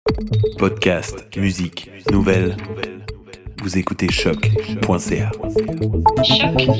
Podcast, musique, nouvelles. Vous écoutez choc.ca. Choc.ca. Arrêtons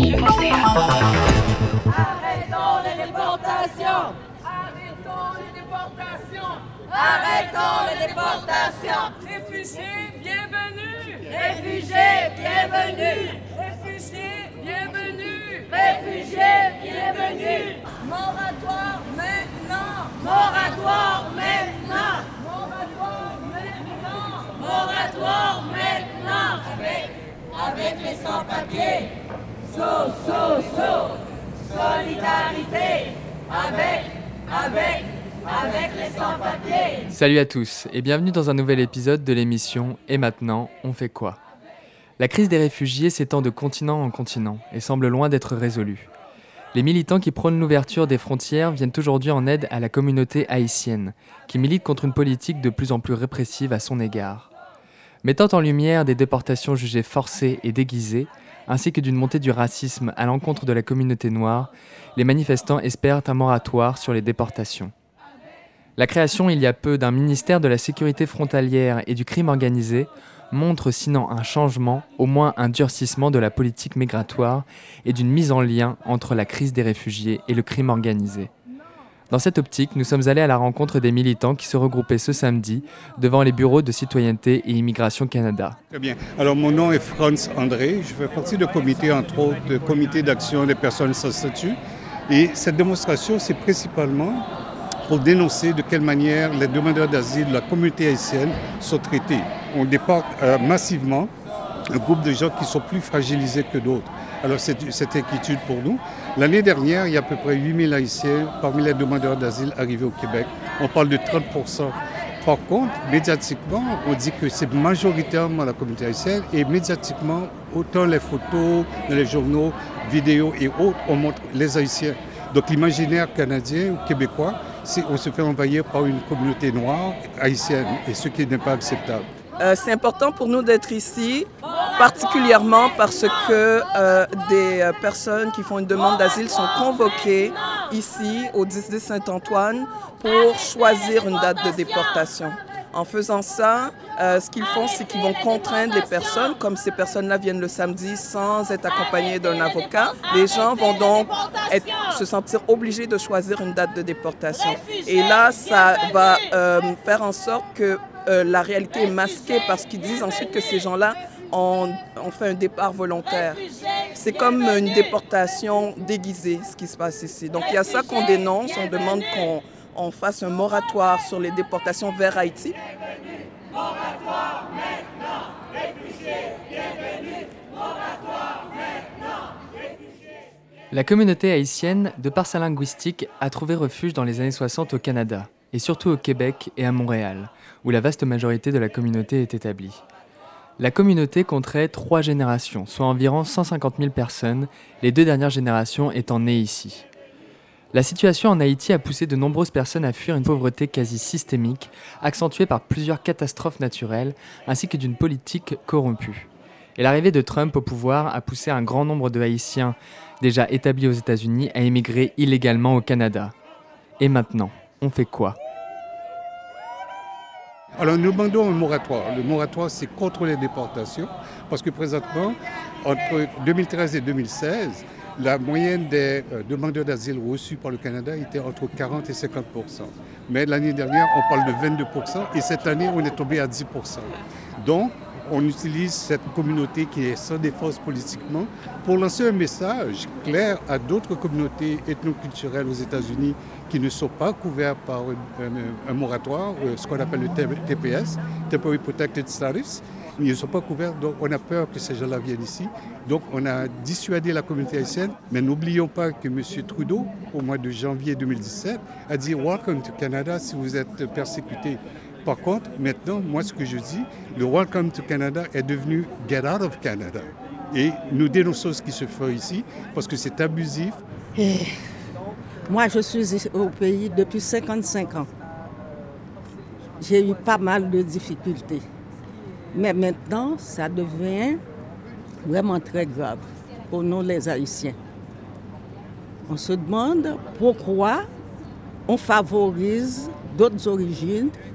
les déportations! Arrêtons les déportations! Arrêtons les déportations! Réfugiés, bienvenue! Réfugiés, bienvenue! Réfugiés, bienvenue! Réfugiés, bienvenue! Moratoire maintenant! Moratoire maintenant! Moratoire maintenant! Moratoire maintenant! Avec les sans-papiers! Solidarité! Avec les sans-papiers! Salut à tous et bienvenue dans un nouvel épisode de l'émission Et maintenant, on fait quoi ? La crise des réfugiés s'étend de continent en continent et semble loin d'être résolue. Les militants qui prônent l'ouverture des frontières viennent aujourd'hui en aide à la communauté haïtienne, qui milite contre une politique de plus en plus répressive à son égard. Mettant en lumière des déportations jugées forcées et déguisées, ainsi que d'une montée du racisme à l'encontre de la communauté noire, les manifestants espèrent un moratoire sur les déportations. La création il y a peu d'un ministère de la sécurité frontalière et du crime organisé montre sinon un changement, au moins un durcissement de la politique migratoire et d'une mise en lien entre la crise des réfugiés et le crime organisé. Dans cette optique, nous sommes allés à la rencontre des militants qui se regroupaient ce samedi devant les bureaux de Citoyenneté et Immigration Canada. Très bien. Alors, mon nom est Franz André. Je fais partie du comité, entre autres, du comité d'action des personnes sans statut. Et cette démonstration, c'est principalement pour dénoncer de quelle manière les demandeurs d'asile de la communauté haïtienne sont traités. On déporte massivement un groupe de gens qui sont plus fragilisés que d'autres. Alors, c'est cette inquiétude pour nous. L'année dernière, il y a à peu près 8000 Haïtiens parmi les demandeurs d'asile arrivés au Québec. On parle de 30%. Par contre, médiatiquement, on dit que c'est majoritairement la communauté haïtienne et médiatiquement, autant les photos, dans les journaux, vidéos et autres, on montre les Haïtiens. Donc l'imaginaire canadien ou québécois, c'est on se fait envahir par une communauté noire haïtienne et ce qui n'est pas acceptable. C'est important pour nous d'être ici, particulièrement parce que des personnes qui font une demande d'asile sont convoquées ici au 10 Saint-Antoine pour choisir une date de déportation. En faisant ça, ce qu'ils font, c'est qu'ils vont contraindre les personnes, comme ces personnes-là viennent le samedi sans être accompagnées d'un avocat. Les gens vont donc se sentir obligés de choisir une date de déportation. Et là, ça va faire en sorte que la réalité est masquée parce qu'ils disent ensuite que ces gens-là ont fait un départ volontaire. C'est comme une déportation déguisée, ce qui se passe ici. Donc il y a ça qu'on dénonce, on demande qu'on fasse un moratoire sur les déportations vers Haïti. Moratoire maintenant, réfugiés, bienvenue. Moratoire maintenant, réfugiés. La communauté haïtienne, de par sa linguistique, a trouvé refuge dans les années 60 au Canada, et surtout au Québec et à Montréal, où la vaste majorité de la communauté est établie. La communauté compterait 3 générations, soit environ 150 000 personnes, les 2 dernières générations étant nées ici. La situation en Haïti a poussé de nombreuses personnes à fuir une pauvreté quasi systémique, accentuée par plusieurs catastrophes naturelles, ainsi que d'une politique corrompue. Et l'arrivée de Trump au pouvoir a poussé un grand nombre de Haïtiens déjà établis aux États-Unis à émigrer illégalement au Canada. Et maintenant, on fait quoi ? Alors nous demandons un moratoire. Le moratoire, c'est contre les déportations, parce que présentement, entre 2013 et 2016, la moyenne des demandeurs d'asile reçus par le Canada était entre 40 et 50%. Mais l'année dernière, on parle de 22% et cette année, on est tombé à 10%. Donc, on utilise cette communauté qui est sans défense politiquement pour lancer un message clair à d'autres communautés ethnoculturelles aux États-Unis qui ne sont pas couvertes par un moratoire, ce qu'on appelle le TPS, Temporary Protected Status. Ils ne sont pas couverts, donc on a peur que ces gens-là viennent ici. Donc on a dissuadé la communauté haïtienne, mais n'oublions pas que M. Trudeau, au mois de janvier 2017, a dit « Welcome to Canada si vous êtes persécutés ». Par contre, maintenant, moi ce que je dis, le « Welcome to Canada » est devenu « Get out of Canada ». Et nous dénonçons ce qui se fait ici parce que c'est abusif. Moi, je suis au pays depuis 55 ans. J'ai eu pas mal de difficultés. Mais maintenant, ça devient vraiment très grave pour nous, les Haïtiens. On se demande pourquoi on favorise d'autres origines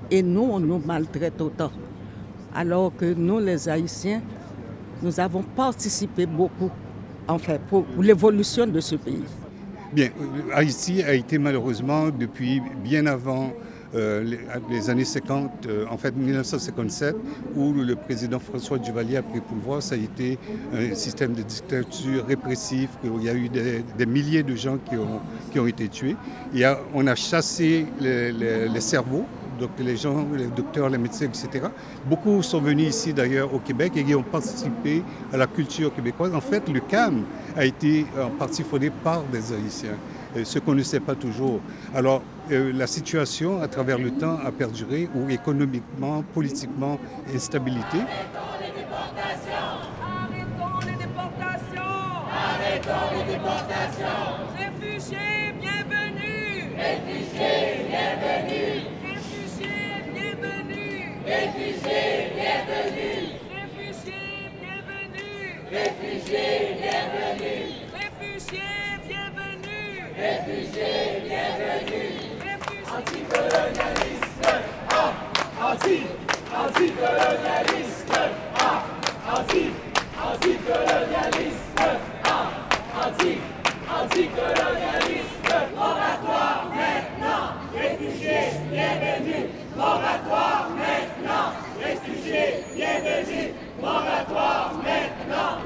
et nous, on nous maltraite autant. Alors que nous, les Haïtiens, nous avons participé beaucoup, pour l'évolution de ce pays. Bien, Haïti a été malheureusement depuis bien avant les années 50, en fait 1957, où le président François Duvalier a pris le pouvoir. Ça a été un système de dictature répressif, où il y a eu des milliers de gens qui ont été tués. On a chassé les cerveaux, donc les gens, les docteurs, les médecins, etc. Beaucoup sont venus ici d'ailleurs au Québec et ont participé à la culture québécoise. En fait, le CAM a été en partie fondé par des Haïtiens, ce qu'on ne sait pas toujours. Alors, la situation, à travers le temps, a perduré, où économiquement, politiquement, instabilité. Arrêtons les déportations. Arrêtons les déportations. Réfugiés, bienvenue. Réfugiés, bienvenue. Réfugiés, bienvenue. Réfugiés, bienvenue. Réfugiés, bienvenue. Réfugiés, bienvenue. Réfugiés, bienvenue. Réfugiés, bienvenue. Réfugiés. Moratoire maintenant. Réfugiés, bienvenue. Moratoire maintenant. Réfugiés, bienvenue. Moratoire maintenant.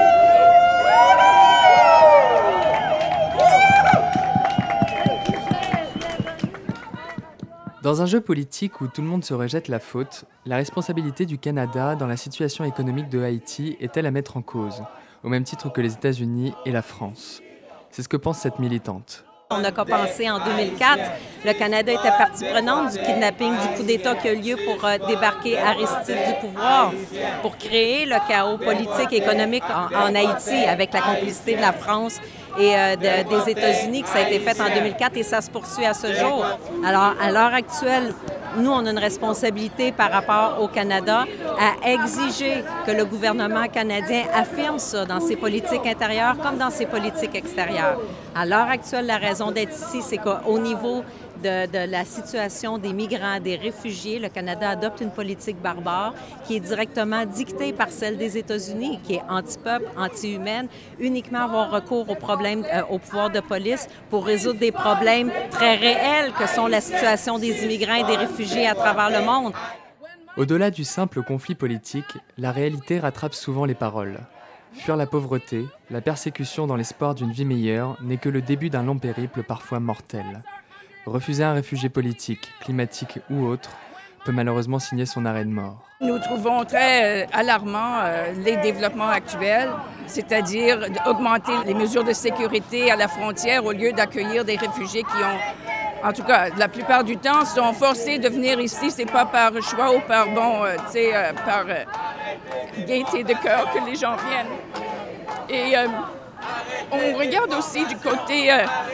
Dans un jeu politique où tout le monde se rejette la faute, la responsabilité du Canada dans la situation économique de Haïti est-elle à mettre en cause, au même titre que les États-Unis et la France? C'est ce que pense cette militante. On a commencé en 2004. Le Canada était partie prenante du kidnapping, du coup d'État qui a eu lieu pour débarquer Aristide du pouvoir, pour créer le chaos politique et économique en Haïti avec la complicité de la France et des États-Unis, que ça a été fait en 2004 et ça se poursuit à ce jour. Alors, à l'heure actuelle, nous, on a une responsabilité par rapport au Canada à exiger que le gouvernement canadien affirme ça dans ses politiques intérieures comme dans ses politiques extérieures. À l'heure actuelle, la raison d'être ici, c'est qu'au niveau de la situation des migrants, des réfugiés, le Canada adopte une politique barbare qui est directement dictée par celle des États-Unis, qui est anti-peuple, anti-humaine, uniquement avoir recours aux problèmes, au pouvoir de police pour résoudre des problèmes très réels que sont la situation des immigrants et des réfugiés à travers le monde. Au-delà du simple conflit politique, la réalité rattrape souvent les paroles. Fuir la pauvreté, la persécution dans l'espoir d'une vie meilleure n'est que le début d'un long périple parfois mortel. Refuser un réfugié politique, climatique ou autre peut malheureusement signer son arrêt de mort. Nous trouvons très alarmants les développements actuels, c'est-à-dire augmenter les mesures de sécurité à la frontière au lieu d'accueillir des réfugiés qui ont, en tout cas, la plupart du temps, sont forcés de venir ici. C'est pas par choix ou par, par gaieté de cœur que les gens viennent. Et on regarde aussi du côté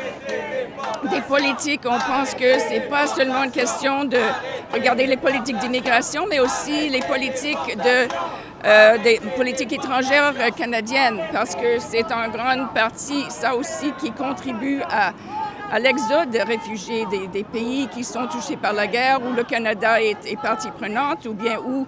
des politiques. On pense que c'est pas seulement une question de regarder les politiques d'immigration, mais aussi les politiques des politiques étrangères canadiennes, parce que c'est en grande partie ça aussi qui contribue à l'exode des réfugiés des pays qui sont touchés par la guerre, où le Canada est partie prenante, ou bien où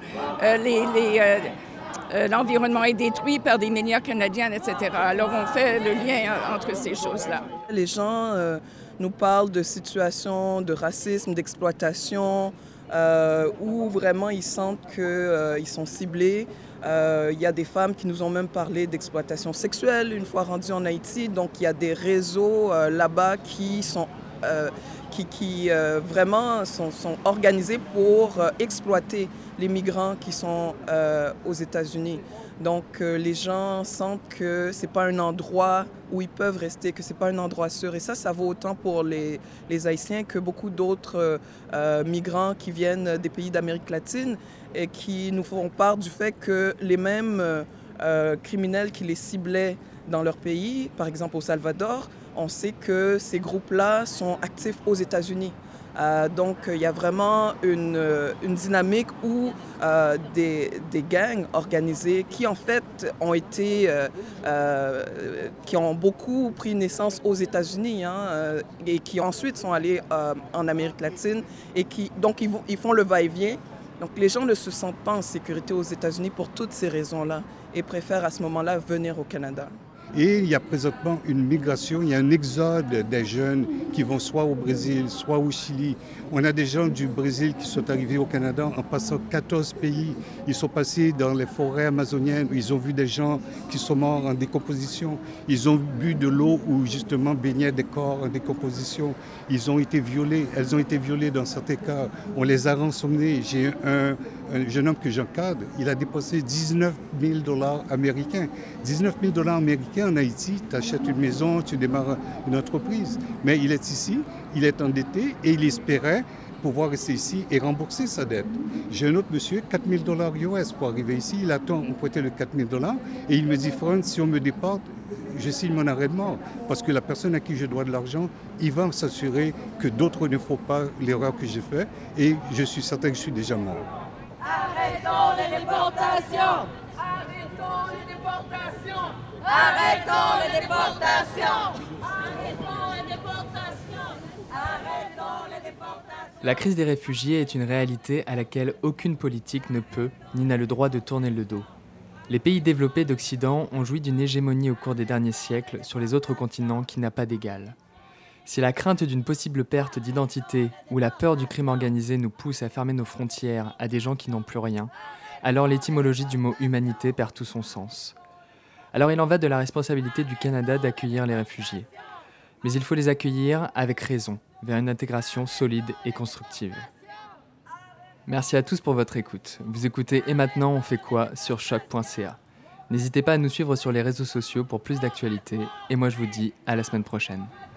l'environnement est détruit par des minières canadiennes, etc. Alors, on fait le lien entre ces choses-là. Les gens nous parlent de situations de racisme, d'exploitation, où vraiment ils sentent qu'ils sont ciblés. Il y a des femmes qui nous ont même parlé d'exploitation sexuelle une fois rendues en Haïti. Donc, il y a des réseaux là-bas qui sont vraiment sont organisés pour exploiter les migrants qui sont aux États-Unis. Donc, les gens sentent que c'est pas un endroit où ils peuvent rester, que c'est pas un endroit sûr. Et ça vaut autant pour les Haïtiens que beaucoup d'autres migrants qui viennent des pays d'Amérique latine et qui nous font part du fait que les mêmes criminels qui les ciblaient dans leur pays, par exemple au Salvador, on sait que ces groupes-là sont actifs aux États-Unis. Donc, il y a vraiment une dynamique où des gangs organisés qui, en fait, qui ont beaucoup pris naissance aux États-Unis et qui ensuite sont allés en Amérique latine et donc, ils font le va-et-vient. Donc, les gens ne se sentent pas en sécurité aux États-Unis pour toutes ces raisons-là et préfèrent à ce moment-là venir au Canada. Et il y a présentement une migration, il y a un exode des jeunes qui vont soit au Brésil, soit au Chili. On a des gens du Brésil qui sont arrivés au Canada en passant 14 pays. Ils sont passés dans les forêts amazoniennes où ils ont vu des gens qui sont morts en décomposition. Ils ont bu de l'eau où justement baignaient des corps en décomposition. Ils ont été violés, elles ont été violées dans certains cas. On les a rançonnés. J'ai un jeune homme que j'encadre, il a dépensé $19 000 américains. $19 000 américains en Haïti, tu achètes une maison, tu démarres une entreprise. Mais il est ici, il est endetté et il espérait pouvoir rester ici et rembourser sa dette. J'ai un autre monsieur, $4 000 US pour arriver ici. Il attend, on prêtait le $4 000 et il me dit, Franck, si on me déporte, je signe mon arrêt de mort parce que la personne à qui je dois de l'argent, il va s'assurer que d'autres ne font pas l'erreur que j'ai faite et je suis certain que je suis déjà mort. Arrêtons les déportations! Arrêtons les déportations! Arrêtons les déportations! Arrêtons les déportations! Arrêtons les déportations! La crise des réfugiés est une réalité à laquelle aucune politique ne peut ni n'a le droit de tourner le dos. Les pays développés d'Occident ont joui d'une hégémonie au cours des derniers siècles sur les autres continents qui n'a pas d'égal. Si la crainte d'une possible perte d'identité ou la peur du crime organisé nous pousse à fermer nos frontières à des gens qui n'ont plus rien, alors l'étymologie du mot humanité perd tout son sens. Alors il en va de la responsabilité du Canada d'accueillir les réfugiés. Mais il faut les accueillir avec raison, vers une intégration solide et constructive. Merci à tous pour votre écoute. Vous écoutez Et maintenant on fait quoi sur choc.ca. N'hésitez pas à nous suivre sur les réseaux sociaux pour plus d'actualités et moi je vous dis à la semaine prochaine.